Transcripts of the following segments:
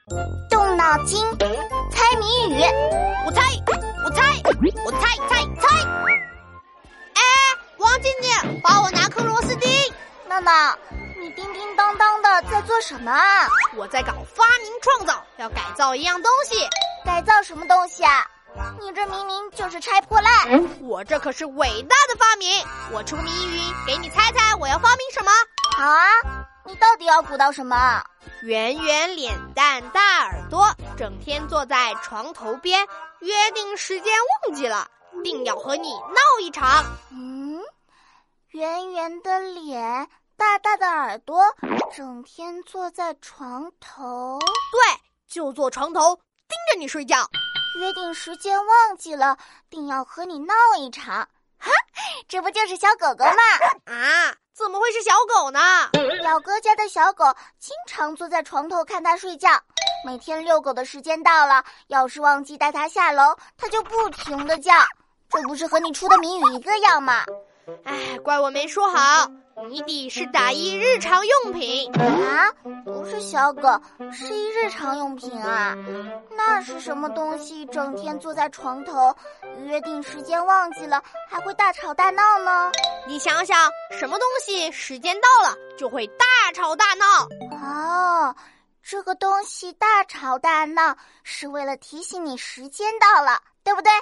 动脑筋，猜谜语。 我猜。王静静，帮我拿颗螺丝钉。 闹闹，你叮叮当当的在做什么啊？ 我在搞发明创造，要改造一样东西。 改造什么东西啊？你这明明就是拆破烂。 我这可是伟大的发明。我出谜语，给你猜猜我要发明什么？ 好啊，你到底要鼓捣什么？ 圆圆脸蛋大耳朵，整天坐在床头边，约定时间忘记了，定要和你闹一场。 圆圆的脸，大大的耳朵，整天坐在床头。 对，就坐床头盯着你睡觉。 约定时间忘记了，定要和你闹一场。哈，这不就是小狗狗吗？ 啊，怎么会是小狗呢？ 表哥家的小狗经常坐在床头看它睡觉，每天遛狗的时间到了，要是忘记带它下楼，它就不停地叫。这不是和你出的谜语一个样吗？ 哎，怪我没说好，谜底是打一日常用品啊，不是小狗，是一日常用品啊。那是什么东西整天坐在床头，约定时间忘记了，还会大吵大闹呢？ 你想想，什么东西时间到了就会大吵大闹？ 哦，这个东西大吵大闹是为了提醒你时间到了，对不对？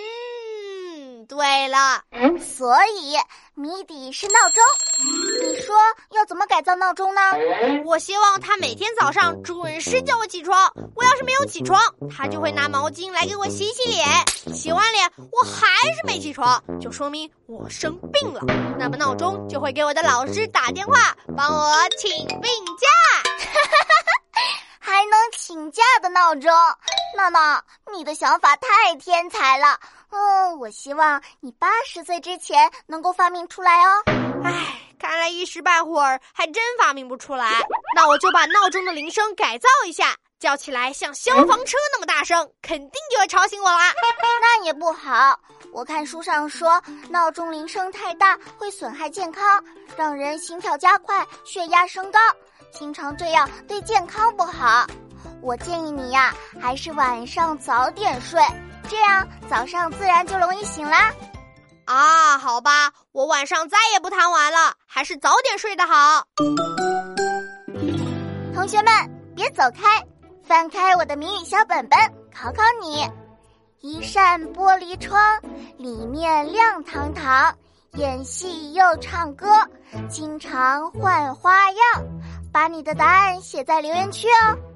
对了， 所以谜底是闹钟。你说要怎么改造闹钟呢？ 我希望他每天早上准时叫我起床，我要是没有起床，他就会拿毛巾来给我洗洗脸，洗完脸我还是没起床，就说明我生病了，那么闹钟就会给我的老师打电话帮我请病假。 还能请假的闹钟，闹闹，你的想法太天才了。我希望你80岁之前能够发明出来哦。 看来一时半会儿还真发明不出来。那我就把闹钟的铃声改造一下，叫起来像消防车那么大声，肯定就会吵醒我啦。 那也不好，我看书上说闹钟铃声太大会损害健康，让人心跳加快，血压升高，经常这样对健康不好。我建议你呀，还是晚上早点睡，这样早上自然就容易醒啦。 啊，好吧，我晚上再也不贪玩了，还是早点睡得好。 同学们别走开，翻开我的谜语小本本，考考你。一扇玻璃窗，里面亮堂堂，演戏又唱歌，经常换花样。把你的答案写在留言区哦。